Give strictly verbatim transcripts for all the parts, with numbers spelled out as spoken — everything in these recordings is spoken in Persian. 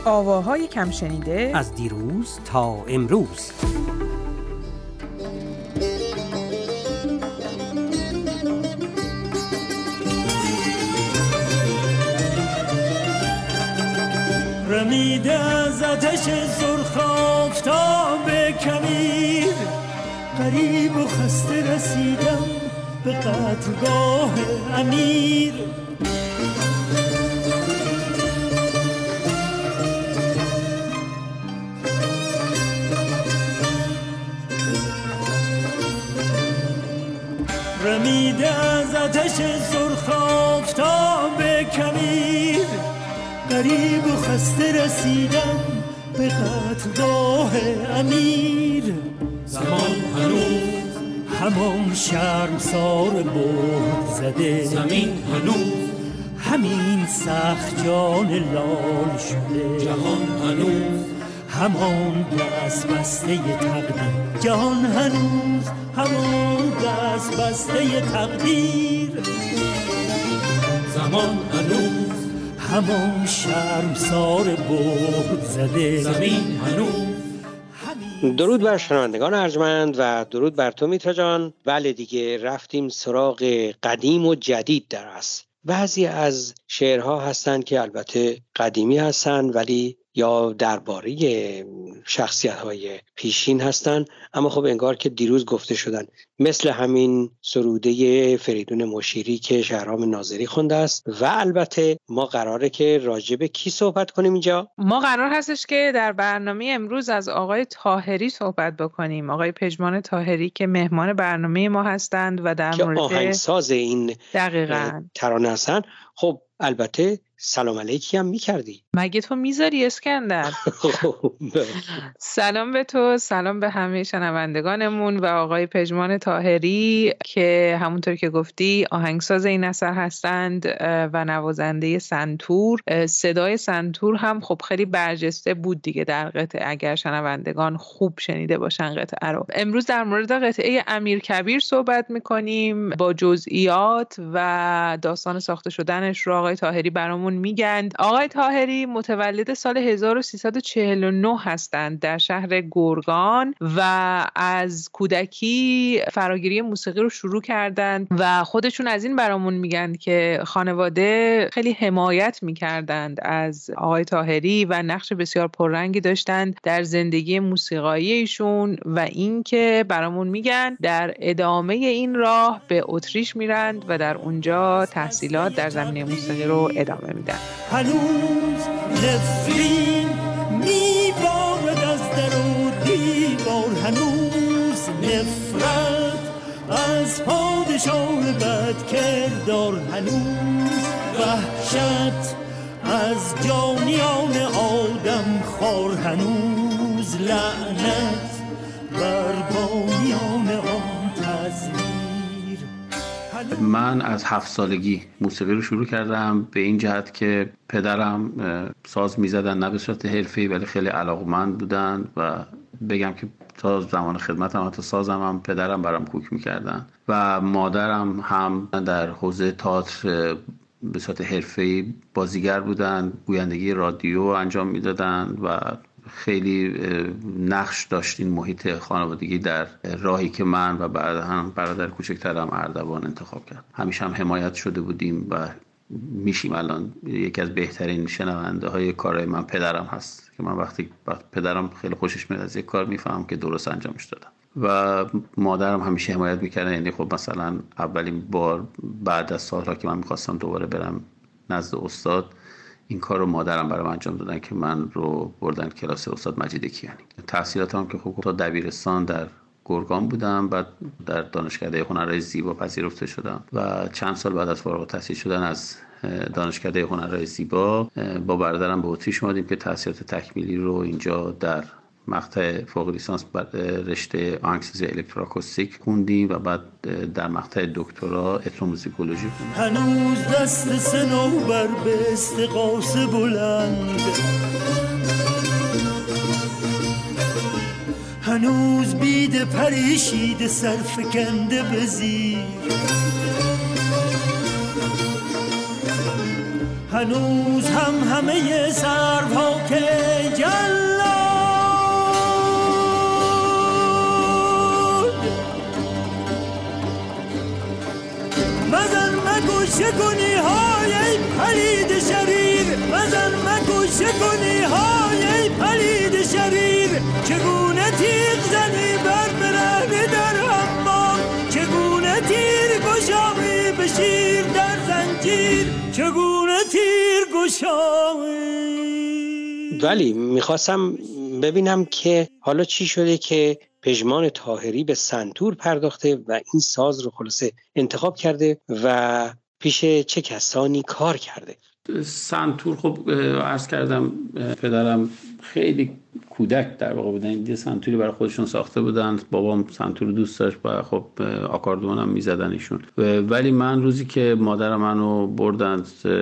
آواهای کم شنیده از دیروز تا امروز. رمیده از آتش سرخ آفتاب کمیر، غریب و خسته رسیدم به قتلگاه امیر. رمیده از آتش سرخ آفتاب کمیر، غریب و خسته رسیدم به قتلگاه امیر. زمان هنوز همان شرمسار بود زده، زمین هنوز همین سخت جان لال شده. جهان هنوز همان دست بسته تقدیر، جهان هنوز همان دست بسته تقدیر. زمان هنوز همان شرمسار بود زده، زمین هنوز. درود بر شنوندگان ارجمند و درود بر تو میترا جان. بله دیگه رفتیم سراغ قدیم و جدید در اصل. بعضی از شعرها هستن که البته قدیمی هستن ولی یا درباره شخصیت‌های پیشین هستن، اما خب انگار که دیروز گفته شدن، مثل همین سروده فریدون مشیری که شهرام ناظری خونده است. و البته ما قراره که راجع به کی صحبت کنیم اینجا؟ ما قرار هستش که در برنامه امروز از آقای طاهری صحبت بکنیم، آقای پژمان طاهری که مهمان برنامه ما هستند و در مورد آهنگساز این دقیقاً ترانه هستن. خب البته سلام علیکی هم میکردی. مگه تو میذاری اسکندر؟ سلام به تو، سلام به همه شنوندگانمون و آقای پژمان طاهری که همونطور که گفتی آهنگساز این اثر هستند و نوازنده سنتور. صدای سنتور هم خب خیلی برجسته بود دیگه در قطعه، اگر شنوندگان خوب شنیده باشن قطعه رو. امروز در مورد قطعه امیرکبیر صحبت میکنیم با جزئیات و داستان ساخته شدنش رو آقای طاهری برامون میگن. آقای طاهری متولد سال هزار و سیصد و چهل و نه هستند در شهر گرگان و از کودکی فراگیری موسیقی رو شروع کردند و خودشون از این برامون میگن که خانواده خیلی حمایت میکردند از آقای طاهری و نقش بسیار پررنگی داشتند در زندگی موسیقایی ایشون و اینکه برامون میگن در ادامه این راه به اتریش میرند و در اونجا تحصیلات در زمینه موسیقی رو ادامه میدن. هنوز نفرین میبارد از در و دیوار، هنوز نفرت از پادشاه بدکردار، هنوز وحشت از جانیان آدم خور، هنوز لعنت بر بانیان آن تزویر. من از هفت سالگی موسیقی رو شروع کردم به این جهت که پدرم ساز میزدن، نه به صورت حرفه‌ای ولی خیلی علاقه‌مند بودن و بگم که تا زمان خدمتم حتی سازم هم پدرم برام کوک میکردن و مادرم هم در حوزه تئاتر به صورت حرفه‌ای بازیگر بودن، گویندگی رادیو انجام میدادن و خیلی نقش داشت این محیط خانوادگی در راهی که من و بعد هم برادر کوچکترم اردوان انتخاب کرد. همیشه هم حمایت شده بودیم و میشیم. الان یکی از بهترین شنونده های کارهای من پدرم هست که من وقتی پدرم خیلی خوشش میاد از یک کار میفهمم که درست انجامش دادم و مادرم همیشه حمایت میکردن. یعنی خب مثلا اولین بار بعد از سالها که من میخواستم دوباره برم نزد استاد، این کار رو مادرم برام انجام دادن که من رو بردن کلاس استاد مجید کیانی. تحصیلاتم که خب تا دبیرستان در گرگان بودم، بعد در دانشکده هنرهای زیبا پذیرفته شدم و چند سال بعد از فارغ التحصیل شدن از دانشکده هنرهای زیبا با برادرم به اتریش اومدیم که تحصیلات تکمیلی رو اینجا در مقطع فوق لیسانس رشته آهنگسازی الکتروآکوستیک خوندیم و بعد در مقطع دکترا اتنوموزیکولوژی خوندیم. هنوز دست صنوبر به استقاسه بلند، هنوز بید پریشید سرفکنده به زیر، هنوز هم همه سرها که جلاد مزن مگوش کنی های پلید شریر مزن مگوش کنی های پلید شریر چگونه تیغ زنی بر برهنه در حمام چگونه تیر گشایی به شیر در زنجیر چگونه تیر گشایی. ولی میخواستم ببینم که حالا چی شده که پژمان طاهری به سنتور پرداخته و این ساز رو خلاصه انتخاب کرده و پیش چه کسانی کار کرده؟ سنتور خب عرض کردم پدرم خیلی کودک در واقع بودن، یه سنتوری برای خودشون ساخته بودن، بابام سنتور دوست داشت و خب آکاردئون هم میزدن ایشون. ولی من روزی که مادر منو بردن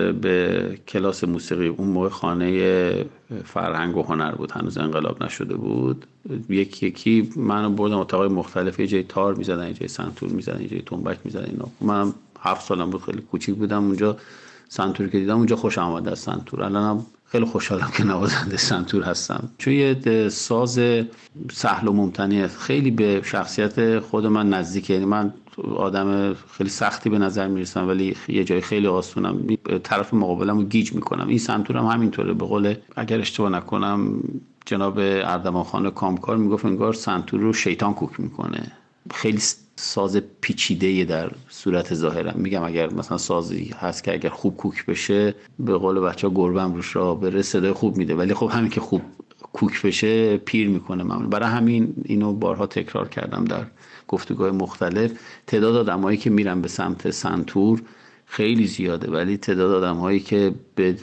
به کلاس موسیقی، اون موقع خانه فرهنگ و هنر بود، هنوز انقلاب نشده بود، یکی یکی منو بردن اتاقای مختلف، یه جای تار میزدن، یه جای سنتور میزدن، یه جای تنبک میزدن. اینا من هفت سالم بود، خیلی کوچیک بودم. اونجا سنتوری که دیدم اونجا خوشم آمد از سنتور. الانم خیلی خوشحالم که نوازنده سنتور هستم، چون یه ساز سهل و ممتنیه، خیلی به شخصیت خود من نزدیکه. یعنی من آدم خیلی سختی به نظر میرسم ولی یه جای خیلی آسونم، طرف مقابلم رو گیج میکنم. این سنتور هم همینطوره. به قول اگر اشتباه نکنم جناب اردمان خان کامکار میگفت انگار سنتور رو شیطان کوک میکنه. خیلی ساز پیچیده در صورت ظاهرم. میگم اگر مثلا سازی هست که اگر خوب کوک بشه، به قول بچه‌ها گربه روش راه بره، صدای خوب میده، ولی خب همین که خوب کوک بشه پیر میکنه معمولا. برای همین اینو بارها تکرار کردم در گفتگوهای مختلف. تعداد آدمایی که میرن به سمت سنتور خیلی زیاده، ولی تعداد آدمایی که به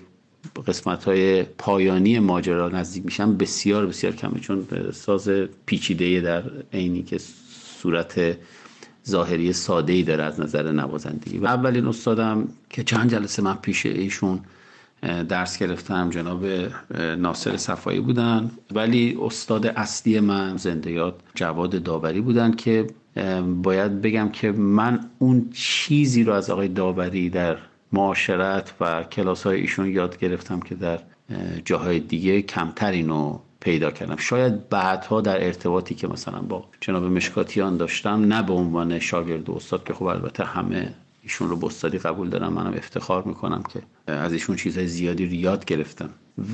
قسمت‌های پایانی ماجرا نزدیک میشن بسیار بسیار کمه، چون ساز پیچیده در عینی که صورت ظاهری ساده‌ای داره از نظر نوازندگی. و اولین استادم که چند جلسه من پیش ایشون درس گرفتم جناب ناصر صفایی بودن، ولی استاد اصلی من زنده یاد جواد داوری بودن که باید بگم که من اون چیزی رو از آقای داوری در معاشرت و کلاس‌های ایشون یاد گرفتم که در جاهای دیگه کمتر اینو پیدا کردم. شاید بعدها در ارتباطی که مثلا با جناب مشکاتیان داشتم، نه به عنوان شاگرد و استاد که خب البته همه ایشون رو به استادی قبول دارم، منم افتخار میکنم که از ایشون چیزهای زیادی رو یاد گرفتم،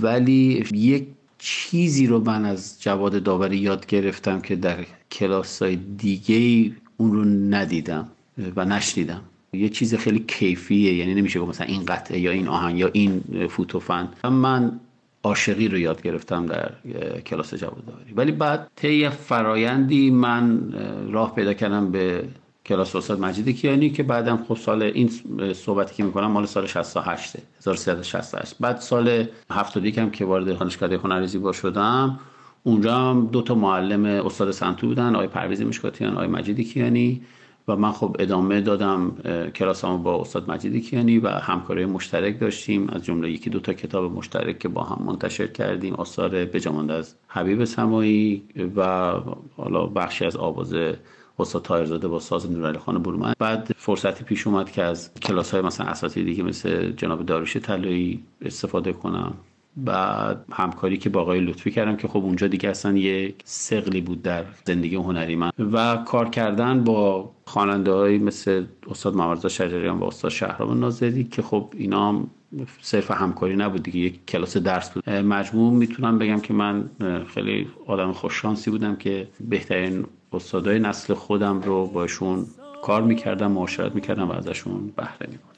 ولی یک چیزی رو من از جواد داوری یاد گرفتم که در کلاس‌های دیگه اون رو ندیدم و نشنیدم. یه چیز خیلی کیفیه، یعنی نمیشه گفت مثلا این قطعه یا این آهنگ یا این فوتوفن. من عاشقی رو یاد گرفتم در کلاس جواد داوری، ولی بعد طی فرایندی من راه پیدا کردم به کلاس استاد مجید کیانی که بعدم خب سال این صحبتی که میکنم مال سال شصت و هشت هزار و سیصد و شصت و هشت. بعد سال هفتاد و یک هم که وارد دانشکده هنر زیبا شدم، اونجا هم دو تا معلم استاد سنتور بودن، آقای پرویز مشکاتیان، آقای مجید کیانی، و من خب ادامه دادم کلاسامو با استاد مجید کیانی و همکاری مشترک داشتیم، از جمله یکی دو تا کتاب مشترک که با هم منتشر کردیم، آثار بجامانده از حبیب سمایی و حالا بخشی از آواز استاد طاهرزاده با ساز نورعلی خان برومند. بعد فرصتی پیش اومد که از کلاس‌های مثلا اساتیدی که مثل جناب داریوش طلایی استفاده کنم. بعد همکاری که با آقای لطفی کردم که خب اونجا دیگه اصلا یک ثقلی بود در زندگی هنری من، و کار کردن با خواننده‌های مثل استاد محمدرضا شجریان و استاد شهرام ناظری که خب اینا هم صرف همکاری نبود دیگه، یک کلاس درس بود. مجموع میتونم بگم که من خیلی آدم خوششانسی بودم که بهترین استادای نسل خودم رو باشون کار میکردم، معاشرت میکردم و ازشون بهره میبردم.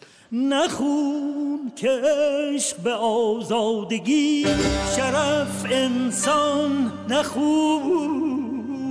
نخون که عشق به آزادگی شرف انسان نخون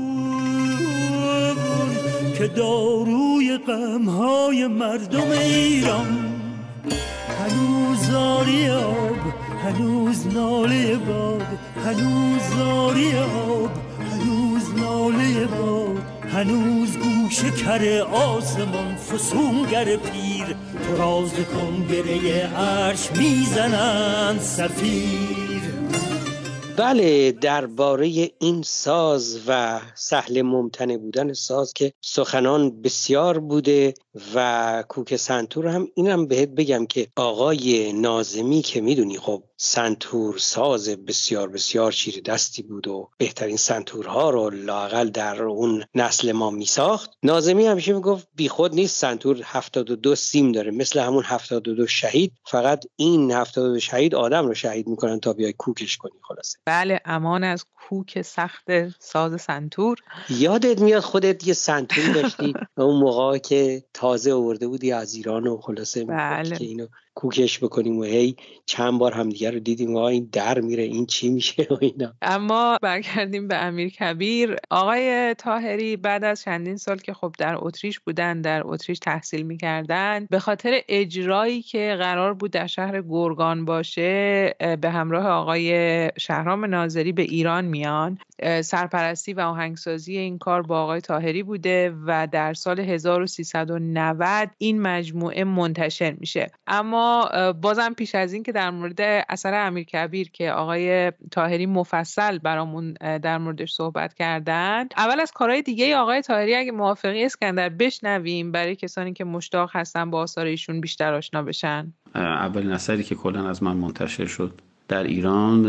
که داروی غمهای مردم ایران. هنوز زاری آب، هنوز ناله باد، هنوز زاری آب، هنوز ناله باد، هنوز گوش کر آسمان فسونگر پیر تو راز کن گره عرش میزنند صفیر. بله، درباره این ساز و سهل ممتنع بودن ساز که سخنان بسیار بوده و کوک سنتور هم اینم بهت بگم که آقای ناظمی که میدونی خب سنتور ساز بسیار بسیار چیره دستی بود و بهترین سنتورها رو لااقل در اون نسل ما میساخت. ناظمی همیشه میگفت بی خود نیست سنتور هفتاد و دو سیم داره، مثل همون هفتاد و دو شهید، فقط این هفتاد و دو شهید آدم رو شهید میکنن تا بیای کوکش کنی. خلاصه بله، امان از کوک سخت ساز سنتور. یادت میاد خودت یه سنتوری داشتی اون موقع که تازه آورده بودی از ایران و خلاصه بله. که اینو کوکش بکنیم و هی چند بار همدیگه رو دیدیم و این در میره این چی میشه و اینا. اما برگردیم به امیرکبیر. آقای طاهری بعد از چندین سال که خب در اتریش بودن، در اتریش تحصیل میکردن، به خاطر اجرایی که قرار بود در شهر گرگان باشه به همراه آقای شهرام ناظری به ایران میان. سرپرستی و آهنگسازی این کار با آقای طاهری بوده و در سال هزار و سیصد و نود این مجموعه منتشر میشه. اما بازم پیش از این که در مورد اثر امیرکبیر که آقای طاهری مفصل برامون در موردش صحبت کردن، اول از کارهای دیگه آقای طاهری اگه موافقی اسکندر بشنویم برای کسانی که مشتاق هستن با آثار ایشون بیشتر آشنا بشن. اولین اثری که کلا از من منتشر شد در ایران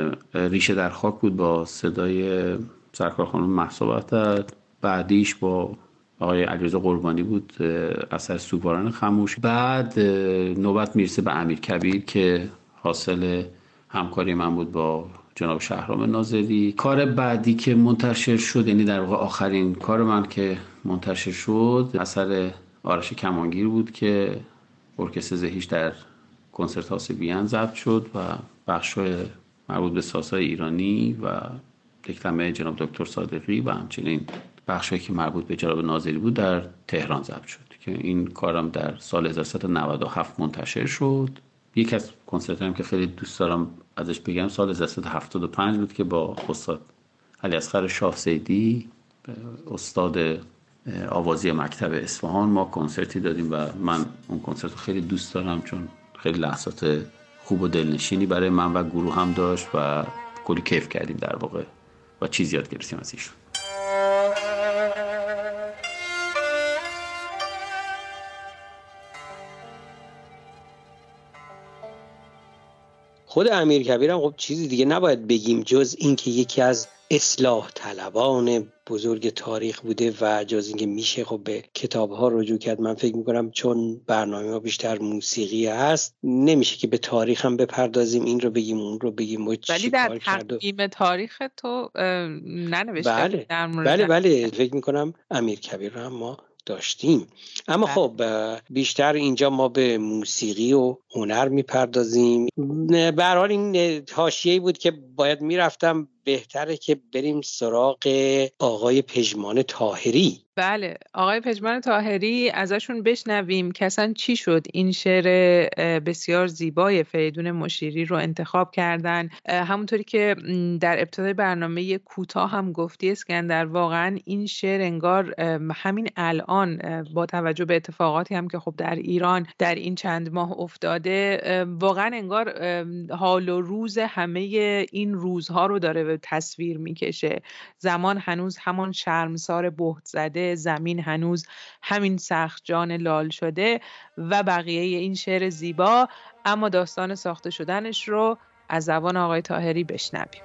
ریشه در خاک بود با صدای سرکار خانم مهسا وحدت، بعدیش با آقای علیرضا قربانی بود اثر سوگواران خموش، بعد نوبت میرسه به امیرکبیر که حاصل همکاری من بود با جناب شهرام ناظری. کار بعدی که منتشر شد، یعنی در واقع آخرین کار من که منتشر شد، اثر آرش کمانگیر بود که ارکستر زهیش در کنسرت آسیبیان ضبط شد و بخش‌های مربوط به سازهای ایرانی و دکلمه جناب دکتر صادقی و همچنین بخشی که مربوط به جناب ناظری بود در تهران ضبط شد که این کارم در سال هزار و سیصد و نود و هفت منتشر شد. یکی از کنسرتام که خیلی دوست دارم ازش بگم سال هزار و سیصد و هفتاد و پنج بود که با استاد علیاصغر شاه زیدی، استاد آوازی مکتب اصفهان، ما کنسرتی دادیم و من اون کنسرت رو خیلی دوست دارم چون خیلی لحظات خوب و دلنشینی برای من و گروه هم داشت و کلی کیف کردیم در واقع و چیز یاد گرفتیم از ایشون. خود امیرکبیر هم خب چیزی دیگه نباید بگیم جز این که یکی از اصلاح طلبان بزرگ تاریخ بوده و جز این که میشه خب به کتاب‌ها رجوع کرد. من فکر میکنم چون برنامه ها بیشتر موسیقی هست نمیشه که به تاریخ هم بپردازیم، این رو بگیم اون رو بگیم و ولی در تقویم تاریخ تو ننوشته. بله بله بله فکر میکنم امیرکبیر رو هم ما داشتیم، اما بله. خب بیشتر اینجا ما به موسیقی و هنر میپردازیم. به هر حال این حاشیه‌ای بود که باید میرفتم، بهتره که بریم سراغ آقای پژمان طاهری. بله، آقای پژمان طاهری ازشون بشنویم که اصلا چی شد این شعر بسیار زیبای فریدون مشیری رو انتخاب کردن. همونطوری که در ابتدای برنامه کوتاه هم گفتی اسکندر، واقعا این شعر انگار همین الان با توجه به اتفاقاتی هم که خب در ایران در این چند ماه افتاده، واقعا انگار حال و روز همه این روزها رو داره تصویر میکشه. زمان هنوز همان شرمسار بهت زده، زمین هنوز همین سخت جان لال شده و بقیه این شعر زیبا. اما داستان ساخته شدنش رو از زبان آقای طاهری بشنویم.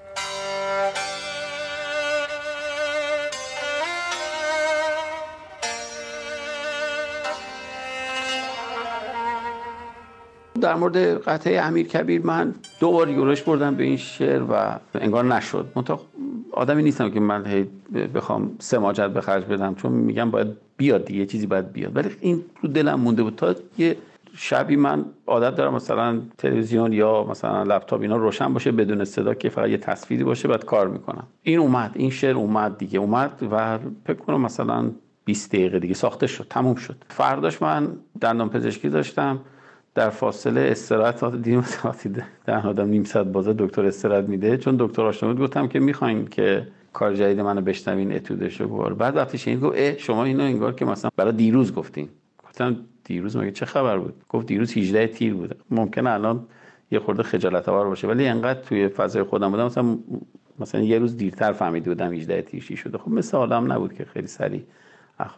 در مورد قطعه امیرکبیر من دو بار یورش بردم به این شعر و انگار نشد. منتها آدمی نیستم که من هی بخوام سماجت به خرج بدم، چون میگم باید بیاد دیگه، چیزی باید بیاد، ولی این رو دلم مونده بود. تا یه شبی من عادت دارم مثلا تلویزیون یا مثلا لپتاپ اینا روشن باشه بدون صدا که فقط یه تصویری باشه، بعد کار میکنم. این اومد، این شعر اومد دیگه، اومد و فکر کنم مثلا بیست دقیقه دیگه ساخته شد، تموم شد. فرداش من دندان پزشکی داشتم، در فاصله استراحت ساعت دیم ساعتی در آدم نیم ساعت بازه دکتر استراحت میده، چون دکتر آشنا بود. گفتم که میخواین که کار جدید منو بشنوین، اتودشو گفت. بعد وقتی شنید گفت اه شما اینو انگار که مثلا برای دیروز گفتین. گفتم دیروز مگه چه خبر بود؟ گفت دیروز هجده تیر بوده. ممکنه الان یه خورده خجالت آور باشه، ولی انقدر توی فضای خودم بودم مثلا مثلا یه روز دیرتر فهمیده بودم هجده تیر چی شده. خب مثل آدم نبود که خیلی سریع اخبار.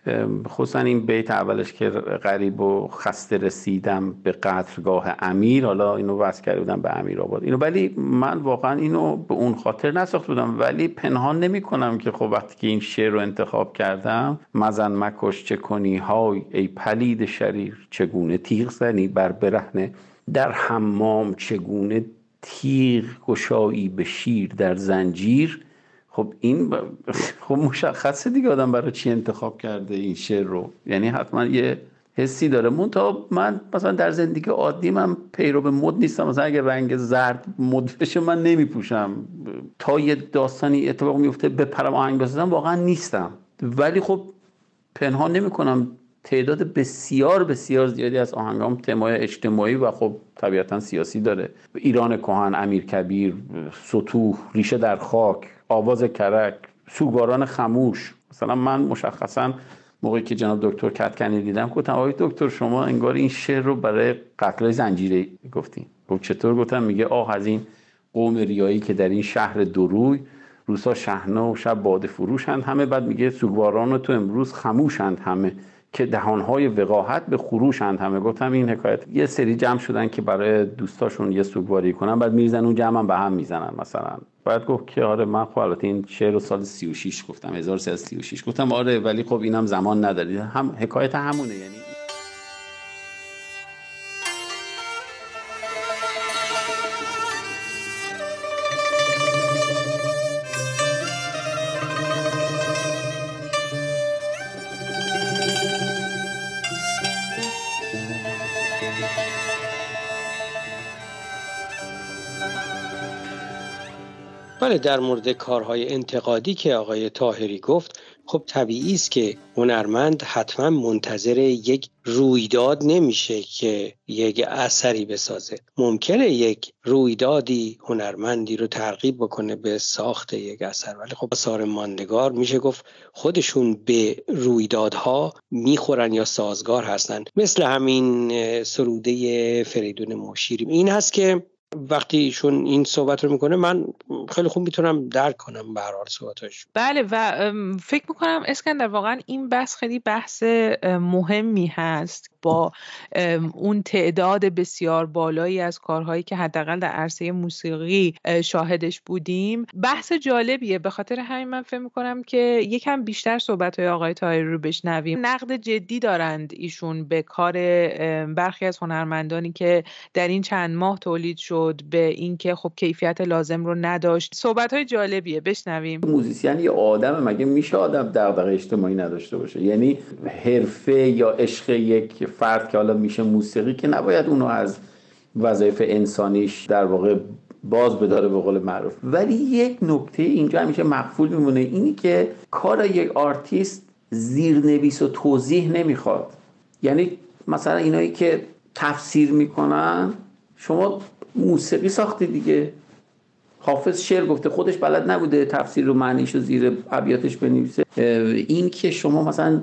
خصوصا این بیت اولش که غریب و خسته رسیدم به قطرگاه امیر، حالا اینو وصل کرده بودم به امیر آباد اینو، ولی من واقعا اینو به اون خاطر نساخته بودم، ولی پنهان نمی کنم که خب وقتی که این شعر رو انتخاب کردم، مزن مکش چه کنی های ای پلید شریر، چگونه تیغ زنی بر برهنه، در حمام چگونه تیغ گشایی به شیر در زنجیر. خب این ب... خب مشخصه دیگه آدم برای چی انتخاب کرده این شعر رو، یعنی حتما یه حسی داره. منتها من مثلا در زندگی عادی من پیرو به مد نیستم، مثلا اگه رنگ زرد مد بشه من نمیپوشم، تا یه داستانی اتفاق میفته بپرم آهنگ بسازم واقعا نیستم. ولی خب پنهان نمیکنم تعداد بسیار بسیار زیادی از آهنگام تمای اجتماعی و خب طبیعتا سیاسی داره. ایران کهن، امیرکبیر، سطوح، ریشه در خاک، آواز کرک، سوگواران خموش. مثلا من مشخصا موقعی که جناب دکتر کدکنی دیدم گفتم آقای دکتر شما انگار این شعر رو برای قتلای زنجیره گفتین. گفت چطور؟ گفتم میگه آه از این قوم ریایی که در این شهر دروی روزها شحنه و شب باده فروشند همه، بعد میگه سوگواران تو امروز خموشند همه، که دهانهای وقاحت به خروشند همه. گفتم این حکایت یه سری جمع شدن که برای دوستاشون یه سوگواری کنن، بعد میریزن اون جمع هم به هم میزنن مثلا. بعد گفت که آره من خب البته این شعر رو سال سی و شش گفتم، هزار و سیصد و سی و شش گفتم آره، ولی خب اینم زمان نداری، هم حکایت همونه. یعنی بله، در مورد کارهای انتقادی که آقای طاهری گفت، خب طبیعی است که هنرمند حتما منتظر یک رویداد نمیشه که یک اثری بسازه. ممکنه یک رویدادی هنرمندی رو ترغیب بکنه به ساخت یک اثر، ولی خب آثار ماندگار میشه گفت خودشون به رویدادها میخورن یا سازگار هستن. مثل همین سروده فریدون مشیری این هست که وقتی ایشون این صحبت رو میکنه من خیلی خوب میتونم درک کنم به هر حال صحبتاش. بله و فکر میکنم اسکندر واقعا این بحث خیلی بحث مهمی هست با اون تعداد بسیار بالایی از کارهایی که حداقل در عرصه موسیقی شاهدش بودیم. بحث جالبیه، به خاطر همین من فکر میکنم که یکم بیشتر صحبت‌های آقای طاهری رو بشنویم. نقد جدی دارند ایشون به کار برخی از هنرمندانی که در این چند ماه تولید شد، به اینکه خب کیفیت لازم رو نداشت. صحبت‌های جالبیه، بشنویم. موزیسین یه آدم، مگه میشه آدم دغدغه اجتماعی نداشته باشه؟ یعنی حرفه یا عشق یک فرد که حالا میشه موسیقی که نباید اونو از وظایف انسانیش در واقع باز بداره به قول معروف. ولی یک نکته اینجا همیشه مقفول میمونه، اینی که کار یک آرتیست زیرنویس و توضیح نمیخواد. یعنی مثلا اینایی که تفسیر میکنن، شما موسیقی ساختی دیگه، حافظ شعر گفته خودش بلد نبوده تفسیر رو معنیشو زیر ابیاتش بنویسه. این که شما مثلا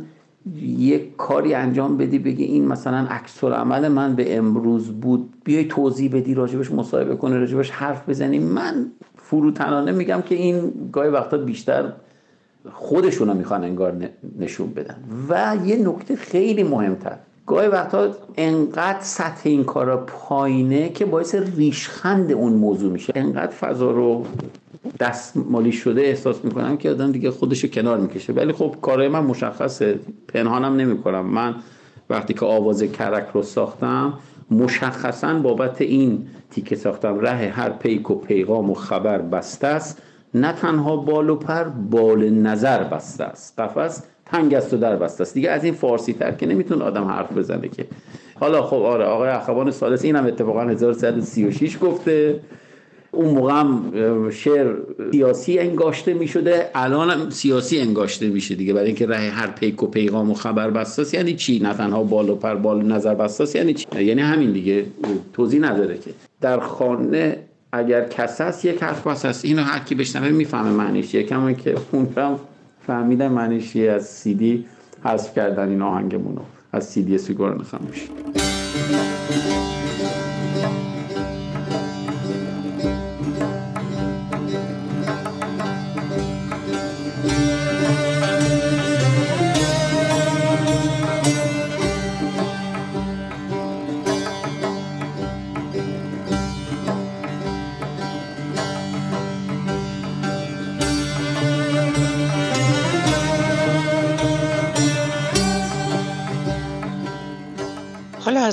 یک کاری انجام بدی بگی این مثلا عکس العمل من به امروز بود، بیای توضیح بدی راجبش، مصاحبه کنی راجبش، حرف بزنی، من فروتنانه میگم که این گاهی وقتا بیشتر خودشونو میخوان انگار نشون بدن. و یه نکته خیلی مهمتر، گاهی وقتا انقدر سطح این کارا پایینه که باعث ریشخند اون موضوع میشه، انقدر فضا رو دستمالی شده احساس میکنم که آدم دیگه خودشو کنار میکشه. ولی خب کارهای من مشخصه، پنهانم نمیکنم. من وقتی که آواز کرک رو ساختم مشخصا بابت این تیکه ساختم، ره هر پیک و پیغام و خبر بسته است، نه تنها بال و پر بال نظر بسته است، قفس تنگ است و در بسته است. دیگه از این فارسی تر که نمیتونه آدم حرف بزنه که. حالا خب آره، آقای اخوان سالس اینم اتفاقا هزار و سیصد و سی و شش گفته، اون موقع هم شعر سیاسی انگاشته می شده، الان هم سیاسی انگاشته میشه دیگه، برای اینکه ره هر پیک و پیغام و خبر بساس یعنی چی؟ نه تنها بال و پر بال نظر بساس یعنی چی؟ یعنی همین دیگه، توضیح نداره که. در خانه اگر کس هست یک حرف بس هست، اینو هر کی بشنوه میفهمه معنیش چیه. کما که اونم فهمیدن معنیش چیه، از سی دی حذف کردن این آهنگمونو از سی دی سوگواران خموش.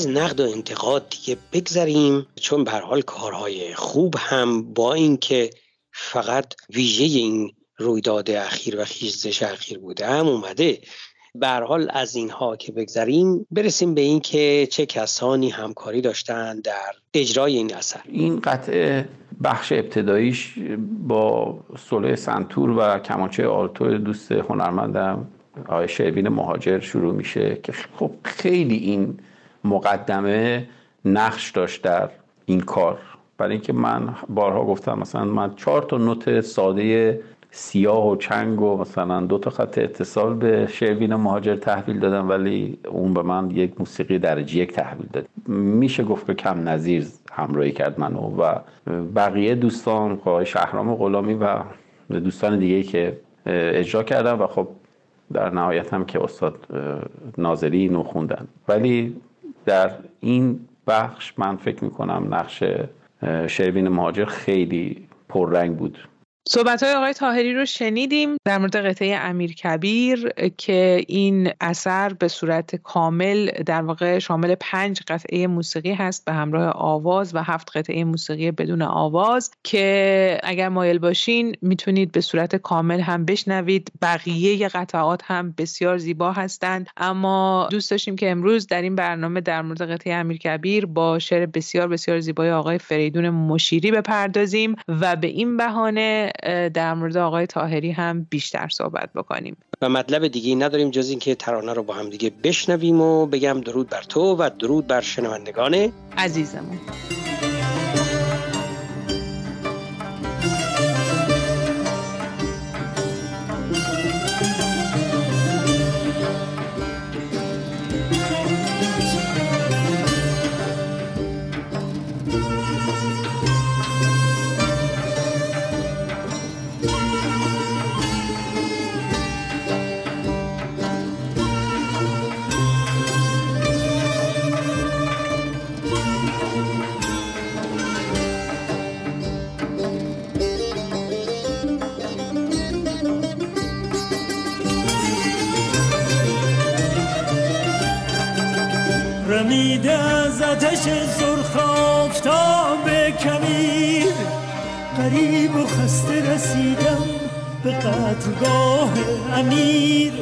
از نقد و انتقاد دیگه بگذریم، چون به هر حال کارهای خوب هم با اینکه فقط ویژه این رویداد اخیر و خیزش اخیر بوده هم اومده. به هر حال از اینها که بگذریم برسیم به این که چه کسانی همکاری داشتن در اجرای این اثر. این قطعه بخش ابتداییش با سولو سنتور و کمانچه آلتو دوست هنرمندم آقای شروین مهاجر شروع میشه که خب خیلی این مقدمه نقش داشت در این کار. برای اینکه من بارها گفتم مثلا من چهار تا نوت ساده سیاه و چنگ و مثلا دو تا خط اتصال به شروین مهاجر تحویل دادم، ولی اون به من یک موسیقی درجه یک تحویل داد. میشه گفت که کم نظیر همراهی کرد منو و بقیه دوستان، آقای شهرام غلامی و دوستان دیگه که اجرا کردن و خب در نهایت هم که استاد ناظری نو خوندن. ولی در این بخش من فکر میکنم نقش شروین مهاجر خیلی پررنگ بود. صحبت‌های آقای طاهری رو شنیدیم در مورد قطعه امیرکبیر که این اثر به صورت کامل در واقع شامل پنج قطعه موسیقی هست به همراه آواز و هفت قطعه موسیقی بدون آواز که اگر مایل باشین میتونید به صورت کامل هم بشنوید. بقیه قطعات هم بسیار زیبا هستند، اما دوست داشتیم که امروز در این برنامه در مورد قطعه امیرکبیر با شعر بسیار بسیار زیبای آقای فریدون مشیری بپردازیم و به این بهانه در مورد آقای طاهری هم بیشتر صحبت بکنیم. و مطلب دیگه نداریم جز این که ترانه رو با هم دیگه بشنویم و بگم درود بر تو و درود بر شنوندگان عزیزمون. رمیده از آتش سرخ آفتاب کمیر، غریب و خسته رسیدم به قتلگاه امیر.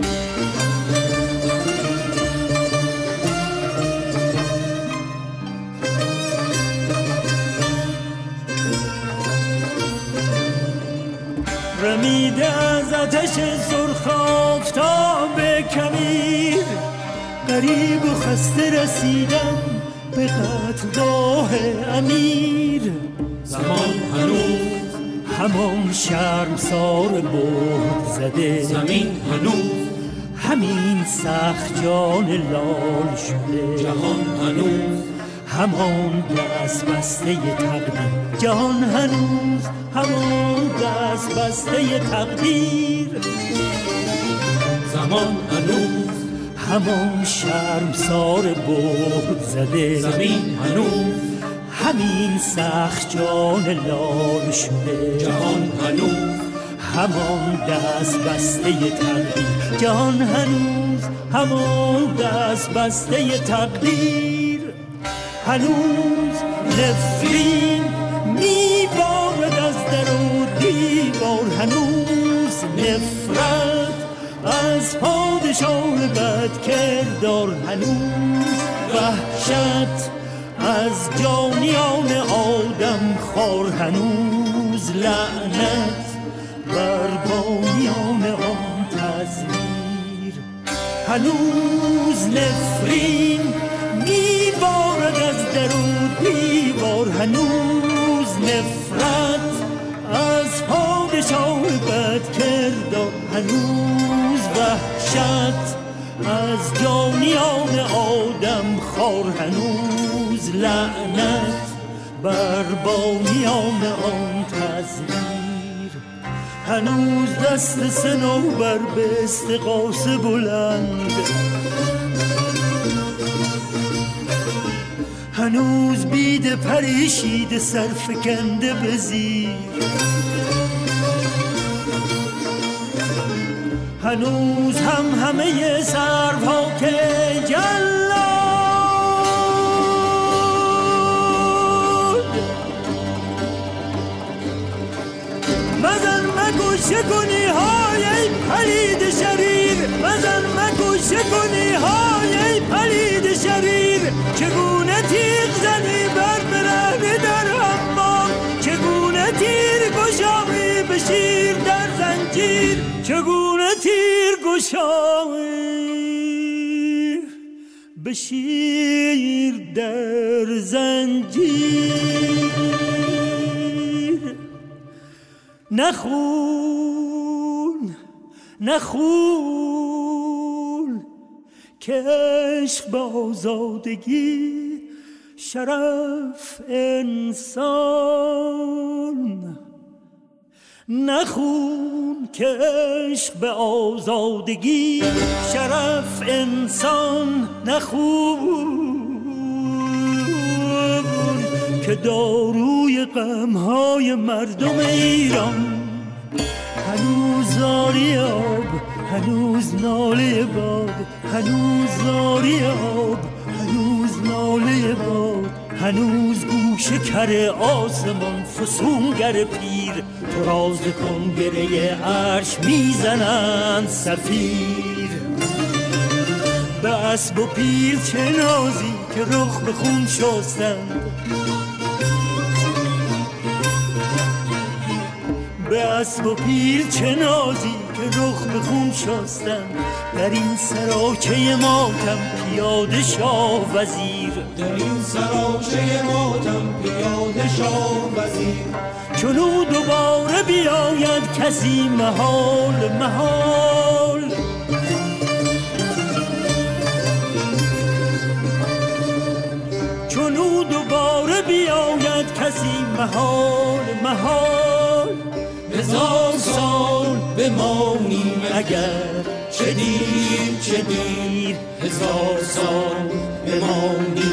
رمیده از آتش سرخ آفتاب کمیر، غریب و خسته رسیدم به قتلگاه امیر. زمان هنوز همان شرمسار بهت زده، زمین هنوز همین سخت جان لال شده. جهان هنوز همان دست بسته تقدیر، جهان هنوز همان دست بسته تقدیر. زمان هنوز همان شرمسار بهت زده، زمین هنوز همین سخت جان لال شده. جهان هنوز همان دست بسته تقدیر، جهان هنوز همان دست بسته تقدیر. هنوز نفرین میبارد از در و دیوار، هنوز نفرت از پادشاه بد کردار، هنوز وحشت از جانیان آدم خور، هنوز لعنت بر بانیان آن تزویر. هنوز نفرین میبارد از در و دیوار، هنوز نفرت از پادشاه بد کردار، هنوز وحشت از جانیان آدم خور، هنوز لعنت بر بانیان آن تزویر. هنوز دست صنوبر به استغاثه بلند، هنوز بید پریشیده سرفکنده به زیر. هنوز هم همه سرها که جلال گوشه کنی های ای پلید شریر، بزن مگوشه کنی های ای پلید شریر. چگونه تیغ زنی بر برهنه در حمام، چگونه تیر گشایی به شیر در زنجیر، چگونه تیر گشایی به شیر در زنجیر. نخون نخون که عشق به آزادگی شرف انسان، نخون که عشق به آزادگی شرف انسان، نخون که داروی غمهای مردم ایران. هنوز زاری آب، هنوز ناله باد، هنوز زاری آب، هنوز ناله باد، هنوز گوشه کر آسمان فسونگر پیر. تو راز کن گره عرش میزنند صفیر. به اسب و پیل چه نازی که رخ به خون شستند، به اسب و پیل چه نازی که رخ به خون شستند. در این سراچه ماتم پیاده شاه وزیر، در این سراچه ماتم پیاده شاه وزیر. چونو دوباره بیاید کسی محال محال، چونو دوباره بیاید کسی محال محال. هزار سال بمانیم اگر، چه دیر چه دیر، هزار سال بمانیم